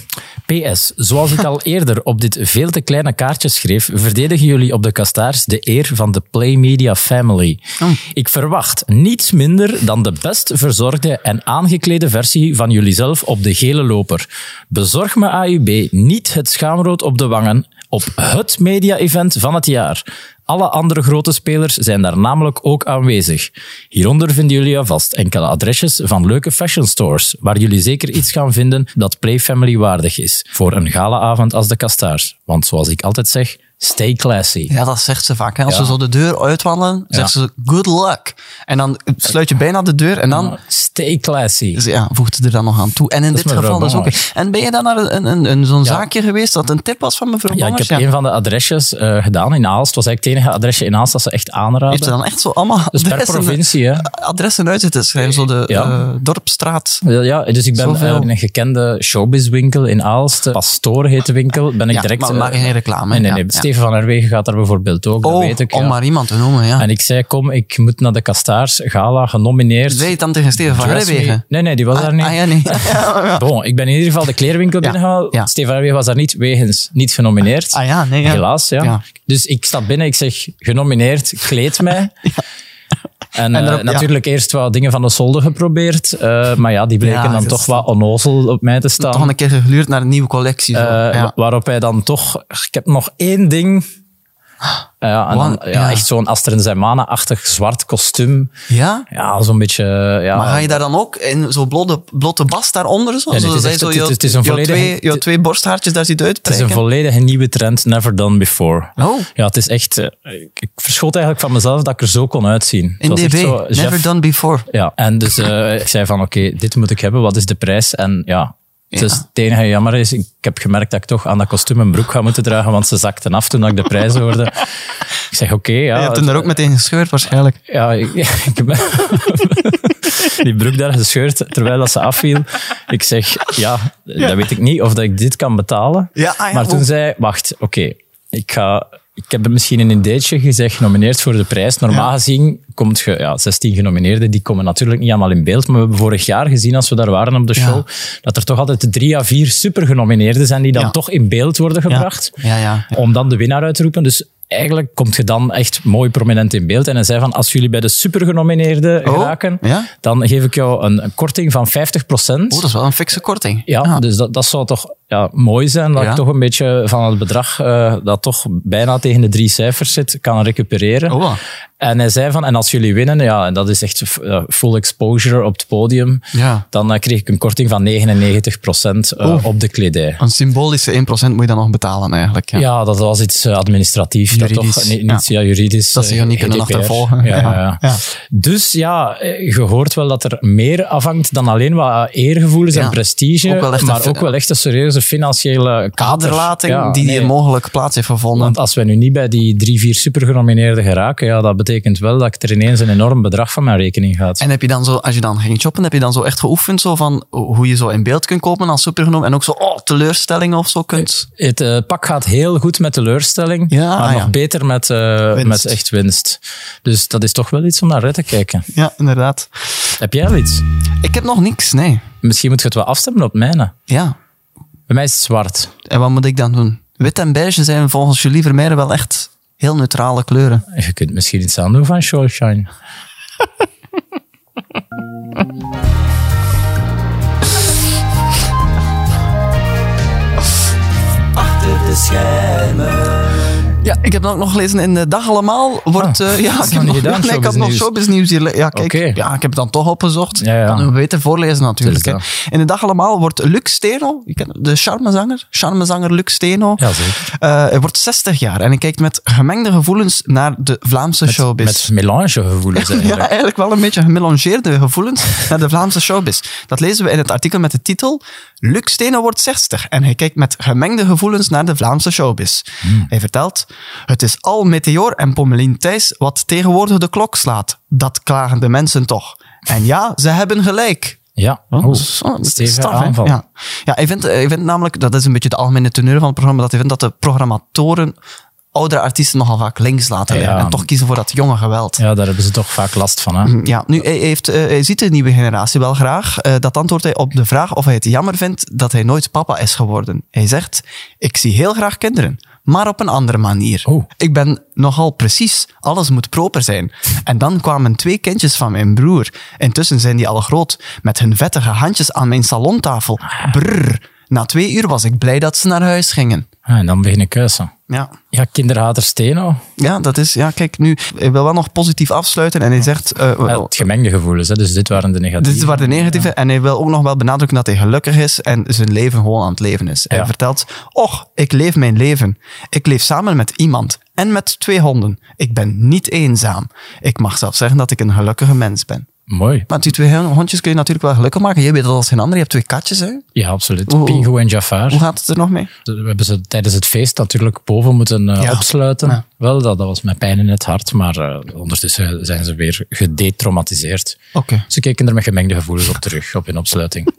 Speaker 4: P S. Zoals ik al eerder op dit veel te kleine kaartje schreef, verdedigen jullie op de Kastaars de eer van de Play Media Family.
Speaker 3: Oh.
Speaker 4: Ik verwacht niets minder dan de best verzorgde en aangeklede versie van jullie zelf op de gele loper. Bezorg me A U B niet het schaamrood op de wangen op het media-event van het jaar. Alle andere grote spelers zijn daar namelijk ook aanwezig. Hieronder vinden jullie alvast enkele adresjes van leuke fashion stores, waar jullie zeker iets gaan vinden dat Play Family waardig is. Voor een galaavond als de Kastaars. Want zoals ik altijd zeg, stay classy.
Speaker 3: Ja, dat zegt ze vaak. Hè. Als
Speaker 4: Ja.
Speaker 3: ze zo de deur uitwandelen, zegt ze good luck. En dan sluit je bijna de deur en dan
Speaker 4: Stay classy.
Speaker 3: dus ja, voegt ze er dan nog aan toe. En in
Speaker 4: is
Speaker 3: dit
Speaker 4: mevrouw
Speaker 3: geval dus ook.
Speaker 4: Bongers.
Speaker 3: En ben je dan naar een, een, een, zo'n zaakje geweest dat een tip was van mevrouw
Speaker 4: Ja, ik
Speaker 3: Bongers?
Speaker 4: heb een van de adresjes eh, gedaan in Aalst. Het was eigenlijk het enige adresje in Aalst dat ze echt aanraden.
Speaker 3: Heeft ze dan echt zo allemaal
Speaker 4: Dus per
Speaker 3: adressen,
Speaker 4: provincie, hè.
Speaker 3: adressen uit zitten schrijven? Zo de
Speaker 4: Ja.
Speaker 3: eh, dorpstraat.
Speaker 4: Ja, Ja, dus ik ben
Speaker 3: Zoveel.
Speaker 4: eigenlijk in een gekende showbizwinkel in Aalst. Pastoor heet de winkel. Ben ik
Speaker 3: Ja,
Speaker 4: direct...
Speaker 3: maar maak
Speaker 4: eh,
Speaker 3: geen reclame.
Speaker 4: Nee, nee,
Speaker 3: Ja,
Speaker 4: nee.
Speaker 3: ja.
Speaker 4: Steven van Herwegen gaat daar bijvoorbeeld ook, dat
Speaker 3: Oh,
Speaker 4: weet ik.
Speaker 3: om
Speaker 4: ja.
Speaker 3: maar iemand te noemen, ja.
Speaker 4: En ik zei, kom, ik moet naar de Kastaars Gala, genomineerd.
Speaker 3: Zei je het dan tegen Steven van
Speaker 4: Dress me-
Speaker 3: Herwegen?
Speaker 4: Nee, nee, die was daar niet.
Speaker 3: Ah ja, nee.
Speaker 4: Bon, ik ben in ieder geval de kleerwinkel
Speaker 3: Ja,
Speaker 4: binnengehaald.
Speaker 3: ja.
Speaker 4: Steven van Herwegen was daar niet, wegens niet genomineerd.
Speaker 3: Ah ja, nee. Ja.
Speaker 4: Helaas, ja.
Speaker 3: Ja.
Speaker 4: Dus ik stap binnen, ik zeg, genomineerd, kleed mij. En,
Speaker 3: En
Speaker 4: eh,
Speaker 3: erop- ja.
Speaker 4: natuurlijk eerst wat dingen van de solde geprobeerd. eh, maar ja, die bleken
Speaker 3: Ja,
Speaker 4: dan
Speaker 3: het is
Speaker 4: toch wat onnozel op mij te staan.
Speaker 3: Toch een keer gegluurd naar een nieuwe collectie. Zo.
Speaker 4: Eh,
Speaker 3: ja.
Speaker 4: Waarop hij dan toch... Ik heb nog één ding... Uh, ja, en dan,
Speaker 3: Wat?
Speaker 4: ja,
Speaker 3: Ja.
Speaker 4: echt zo'n Aster Nzeyimana-achtig zwart kostuum.
Speaker 3: ja?
Speaker 4: Ja, zo'n beetje... Ja,
Speaker 3: Maar ga je daar dan ook in zo'n blote, blote bast daaronder? Zo?
Speaker 4: Nee, nee,
Speaker 3: Zo
Speaker 4: het is
Speaker 3: dat
Speaker 4: echt-
Speaker 3: je zo
Speaker 4: het is-
Speaker 3: je-
Speaker 4: het is een
Speaker 3: je
Speaker 4: volledige-
Speaker 3: twee, je twee borsthaartjes daar ziet
Speaker 4: Het is een
Speaker 3: uitprijken.
Speaker 4: volledige nieuwe trend, never done before.
Speaker 3: Oh.
Speaker 4: Ja, het is echt... eh, Ik, ik verschoot eigenlijk van mezelf dat ik er zo kon uitzien. Het
Speaker 3: In
Speaker 4: was
Speaker 3: D B,
Speaker 4: echt zo,
Speaker 3: never
Speaker 4: Jeff-
Speaker 3: done before.
Speaker 4: Ja, en dus eh, ik zei van, oké, dit moet ik hebben, wat is de prijs? En ja,
Speaker 3: Ja.
Speaker 4: dus het enige jammer is, ik heb gemerkt dat ik toch aan dat kostuum een broek ga moeten dragen, want ze zakten af toen ik de prijs hoorde. Ik zeg, oké, ja.
Speaker 3: je hebt hem er ook meteen gescheurd waarschijnlijk.
Speaker 4: Ja, ik, ik heb die broek daar gescheurd terwijl dat ze afviel. Ik zeg, ja, dat weet ik niet of dat ik dit kan betalen.
Speaker 3: Ja, ah ja,
Speaker 4: maar toen
Speaker 3: oh.
Speaker 4: zei hij, wacht, oké, ik ga ik heb het misschien in een dateje gezegd, genomineerd voor de prijs. Normaal
Speaker 3: Ja.
Speaker 4: gezien komt je, ja, zestien genomineerden, die komen natuurlijk niet allemaal in beeld. Maar we hebben vorig jaar gezien, als we daar waren op de
Speaker 3: Ja.
Speaker 4: show, dat er toch altijd drie à vier super genomineerden zijn die dan
Speaker 3: Ja.
Speaker 4: toch in beeld worden gebracht.
Speaker 3: Ja, ja. ja.
Speaker 4: Om dan de winnaar uit te roepen. Dus eigenlijk komt je dan echt mooi prominent in beeld. En hij zei van, als jullie bij de supergenomineerden
Speaker 3: Oh,
Speaker 4: geraken,
Speaker 3: ja?
Speaker 4: dan geef ik jou een, een korting van vijftig procent.
Speaker 3: Oh, dat is wel een fikse korting.
Speaker 4: Ja, dus dat, dat zou toch ja, mooi zijn, dat
Speaker 3: Ja.
Speaker 4: ik toch een beetje van het bedrag uh, dat toch bijna tegen de drie cijfers zit, kan recupereren.
Speaker 3: Oh, wow.
Speaker 4: En hij zei van, en als jullie winnen, ja, en dat is echt uh, full exposure op het podium,
Speaker 3: Ja.
Speaker 4: dan uh, kreeg ik een korting van negenennegentig procent uh,
Speaker 3: Oeh.
Speaker 4: op de kledij.
Speaker 3: Een symbolische één procent moet je dan nog betalen eigenlijk. Ja.
Speaker 4: Ja, dat was iets uh, administratief. Dat
Speaker 3: Juridisch,
Speaker 4: toch, niet, niet ja. juridisch.
Speaker 3: Dat ze je
Speaker 4: uh,
Speaker 3: niet kunnen
Speaker 4: G D P R.
Speaker 3: achtervolgen.
Speaker 4: Ja, ja.
Speaker 3: Ja. Ja.
Speaker 4: Dus ja, je hoort wel dat er meer afhangt dan alleen wat eergevoelens
Speaker 3: Ja.
Speaker 4: en prestige,
Speaker 3: Ook wel echt
Speaker 4: maar
Speaker 3: een-
Speaker 4: ook wel echt een serieuze financiële kader.
Speaker 3: Kaderlating
Speaker 4: Ja,
Speaker 3: die
Speaker 4: nee.
Speaker 3: hier mogelijk plaats heeft gevonden.
Speaker 4: Want als wij nu niet bij die drie, vier supergenomineerden geraken, ja, dat betekent wel dat ik er ineens een enorm bedrag van mijn rekening gaat.
Speaker 3: En heb je dan zo, als je dan ging shoppen, heb je dan zo echt geoefend zo van hoe je zo in beeld kunt kopen als supergenomen en ook zo oh, teleurstellingen of zo kunt?
Speaker 4: Het uh, pak gaat heel goed met teleurstelling,
Speaker 3: Ja,
Speaker 4: maar
Speaker 3: ah,
Speaker 4: nog
Speaker 3: ja.
Speaker 4: beter met, uh,
Speaker 3: Winst.
Speaker 4: met echt winst. Dus dat is toch wel iets om naar uit te kijken.
Speaker 3: Ja, inderdaad.
Speaker 4: Heb jij al iets?
Speaker 3: Ik heb nog niks, nee.
Speaker 4: Misschien moet je het wel afstemmen op mijne.
Speaker 3: Ja.
Speaker 4: Bij mij is het zwart.
Speaker 3: En wat moet ik dan doen? Wit en beige zijn volgens Julie Vermeijden wel echt heel neutrale kleuren.
Speaker 4: Je kunt misschien iets aan doen van Shine.
Speaker 5: Achter de schermen.
Speaker 3: Ja, ik heb dat ook nog gelezen in de Dag Allemaal. Wordt,
Speaker 4: Ah,
Speaker 3: eh, ja,
Speaker 4: dat is
Speaker 3: ik heb
Speaker 4: nog niet gedaan,
Speaker 3: nee, ik had nog
Speaker 4: showbiznieuws.
Speaker 3: showbiznieuws hier. Ja, kijk,
Speaker 4: Oké.
Speaker 3: ja, ik heb het dan toch opgezocht.
Speaker 4: Ja, ja.
Speaker 3: Kan u beter voorlezen natuurlijk.
Speaker 4: Het
Speaker 3: Hè.
Speaker 4: is
Speaker 3: In de Dag Allemaal wordt Luc Steno, je kent de charmezanger, charmezanger Luc Steno,
Speaker 4: Ja, zeker.
Speaker 3: eh, hij wordt zestig jaar en hij kijkt met gemengde gevoelens naar de Vlaamse showbiz.
Speaker 4: Met melangegevoelens
Speaker 3: Ja,
Speaker 4: eigenlijk.
Speaker 3: eigenlijk wel een beetje gemelangeerde gevoelens naar de Vlaamse showbiz. Dat lezen we in het artikel met de titel Luc Steno wordt zestig en hij kijkt met gemengde gevoelens naar de Vlaamse showbiz. Hij vertelt, het is al Meteor en Pommelien Thijs wat tegenwoordig de klok slaat. Dat klagen de mensen toch. En ja, ze hebben gelijk.
Speaker 4: Ja,
Speaker 3: Oh,
Speaker 4: oh,
Speaker 3: dat is- oh, dat is
Speaker 4: stevige
Speaker 3: straf, hè?
Speaker 4: aanval.
Speaker 3: Ja, ja hij, vindt, hij vindt namelijk, dat is een beetje de algemene teneur van het programma, dat hij vindt dat de programmatoren oudere artiesten nogal vaak links laten liggen
Speaker 4: Ja.
Speaker 3: en toch kiezen voor dat jonge geweld.
Speaker 4: Ja, daar hebben ze toch vaak last van. Hè?
Speaker 3: Ja, nu, hij, heeft, eh, hij ziet de nieuwe generatie wel graag. Eh, dat antwoordt hij op de vraag of hij het jammer vindt dat hij nooit papa is geworden. Hij zegt, ik zie heel graag kinderen, maar op een andere manier.
Speaker 4: Oh.
Speaker 3: Ik ben nogal precies, alles moet proper zijn. En dan kwamen twee kindjes van mijn broer. Intussen zijn die al groot, met hun vettige handjes aan mijn salontafel. Brrr. Na twee uur was ik blij dat ze naar huis gingen.
Speaker 4: Ah, en dan begin ik kuisen.
Speaker 3: Ja.
Speaker 4: Ja, kinderhater Steno.
Speaker 3: Ja, dat is, ja, kijk, nu, hij wil wel nog positief afsluiten en hij zegt, eh,
Speaker 4: Ja, het gemengde gevoelens, hè? Dus dit waren de negatieve.
Speaker 3: dit is waar de negatieve. En hij wil ook nog wel benadrukken dat hij gelukkig is en zijn leven gewoon aan het leven is. Hij
Speaker 4: Ja.
Speaker 3: vertelt, och, ik leef mijn leven. Ik leef samen met iemand en met twee honden. Ik ben niet eenzaam. Ik mag zelf zeggen dat ik een gelukkige mens ben.
Speaker 4: Mooi.
Speaker 3: Maar die twee hondjes kun je natuurlijk wel gelukkig maken. Je weet dat als geen ander. Je hebt twee katjes, hè?
Speaker 4: Ja, absoluut.
Speaker 3: Hoe-
Speaker 4: Pingu en Jafar.
Speaker 3: Hoe gaat het er nog mee?
Speaker 4: We hebben ze tijdens het feest natuurlijk boven moeten uh,
Speaker 3: Ja.
Speaker 4: opsluiten.
Speaker 3: Ja.
Speaker 4: Wel, dat, dat was met pijn in het hart, maar uh, ondertussen zijn ze weer gedetraumatiseerd.
Speaker 3: Oké.
Speaker 4: Ze keken er met gemengde gevoelens op terug, op hun opsluiting.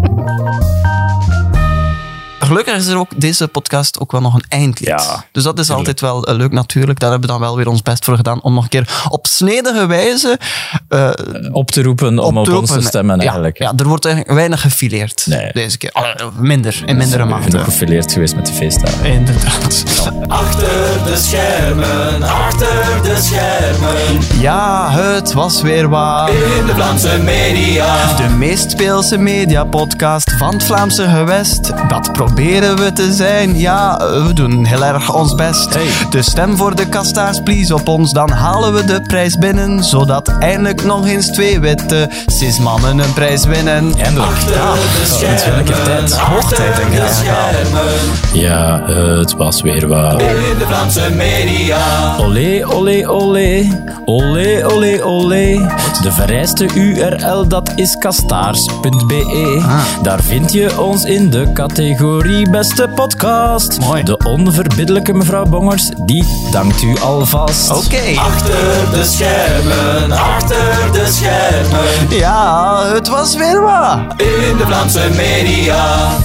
Speaker 3: Gelukkig is er ook deze podcast ook wel nog een eindlied.
Speaker 4: Ja,
Speaker 3: dus dat is altijd wel eh, leuk natuurlijk. Daar hebben we dan wel weer ons best voor gedaan om nog een keer op snedige wijze eh,
Speaker 4: Op te roepen om
Speaker 3: op
Speaker 4: op
Speaker 3: te
Speaker 4: ons te
Speaker 3: roepen.
Speaker 4: stemmen
Speaker 3: Ja,
Speaker 4: eigenlijk.
Speaker 3: ja, er wordt eigenlijk weinig gefileerd
Speaker 4: Nee.
Speaker 3: deze keer. Allee, minder, in mindere
Speaker 4: Ik ben
Speaker 3: mate.
Speaker 4: ook gefileerd geweest met de feestdagen.
Speaker 3: Inderdaad.
Speaker 5: Achter de schermen, achter de schermen.
Speaker 3: Ja, het was weer waar.
Speaker 5: In de Vlaamse media.
Speaker 3: De meest speelse mediapodcast van het Vlaamse gewest. Dat proberen we te zijn. Ja, we doen heel erg ons best.
Speaker 4: Hey.
Speaker 3: Dus stem voor de kastaars, please, op ons. Dan halen we de prijs binnen. Zodat eindelijk nog eens twee witte cismannen een prijs winnen.
Speaker 4: Eindelijk. Ja, dat is wel een keer tijd.
Speaker 3: Hoogtijd, denk ik.
Speaker 4: Ja, het was weer waar.
Speaker 5: In de Vlaamse media.
Speaker 4: Olé, olé, olé. Olé, olé, olé. De vereiste U R L, dat is kastaars punt b e.
Speaker 3: Ah.
Speaker 4: Daar vind je ons in de categorie beste podcast.
Speaker 3: Mooi.
Speaker 4: De onverbiddelijke mevrouw Bongers, die dankt u alvast.
Speaker 3: Oké.
Speaker 5: Achter de schermen, achter de schermen.
Speaker 3: Ja, het was weer waar.
Speaker 5: In de Vlaamse media.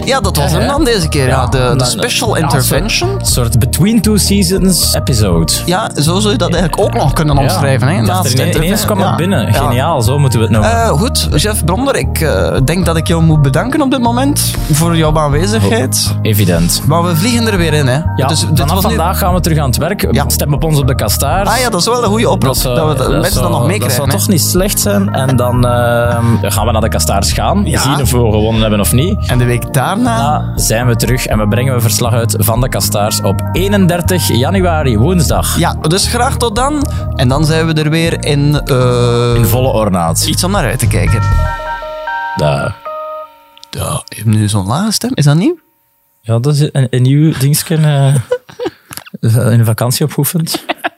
Speaker 3: Ja, dat was hem dan deze keer. Ja, de, de
Speaker 4: dan-
Speaker 3: special
Speaker 4: ja,
Speaker 3: intervention.
Speaker 4: Een soort between two seasons episode.
Speaker 3: Ja, zo zou je dat eigenlijk ook nog kunnen omschrijven. Hè,
Speaker 4: Ik dacht
Speaker 3: naast
Speaker 4: er ine-
Speaker 3: de
Speaker 4: ineens kwam het
Speaker 3: ja.
Speaker 4: binnen.
Speaker 3: Ja.
Speaker 4: Geniaal, zo moeten we het noemen.
Speaker 3: Eh, goed, Jeff Bronder, ik eh, denk dat ik jou moet bedanken op dit moment voor jouw aanwezigheid.
Speaker 4: Evident.
Speaker 3: Maar we vliegen er weer in, hè.
Speaker 4: Ja,
Speaker 3: dus, dit
Speaker 4: vanaf
Speaker 3: was nu-
Speaker 4: vandaag gaan we terug aan het werk.
Speaker 3: Ja.
Speaker 4: Stem op ons op de kastaars.
Speaker 3: Ah ja, dat is wel een goede oproep. Dat,
Speaker 4: zou-
Speaker 3: we de mensen
Speaker 4: zou-
Speaker 3: dan nog
Speaker 4: Dat
Speaker 3: meekrijgen.
Speaker 4: zou
Speaker 3: hè.
Speaker 4: toch niet slecht zijn. En dan eh, gaan we naar de kastaars gaan.
Speaker 3: Ja.
Speaker 4: Zien of we gewonnen hebben of niet.
Speaker 3: En de week daarna...
Speaker 4: Daarna zijn we terug en we brengen een verslag uit van de kastaars op eenendertig januari, woensdag.
Speaker 3: Ja, dus graag tot dan. En dan zijn we er weer in... eh,
Speaker 4: In volle ornaat.
Speaker 3: iets om naar uit te kijken.
Speaker 4: Daar.
Speaker 3: Ja, je hebt nu zo'n lage stem. Is dat nieuw?
Speaker 4: Ja, dat is een, een nieuw dingetje. eh, in de vakantie opgeoefend.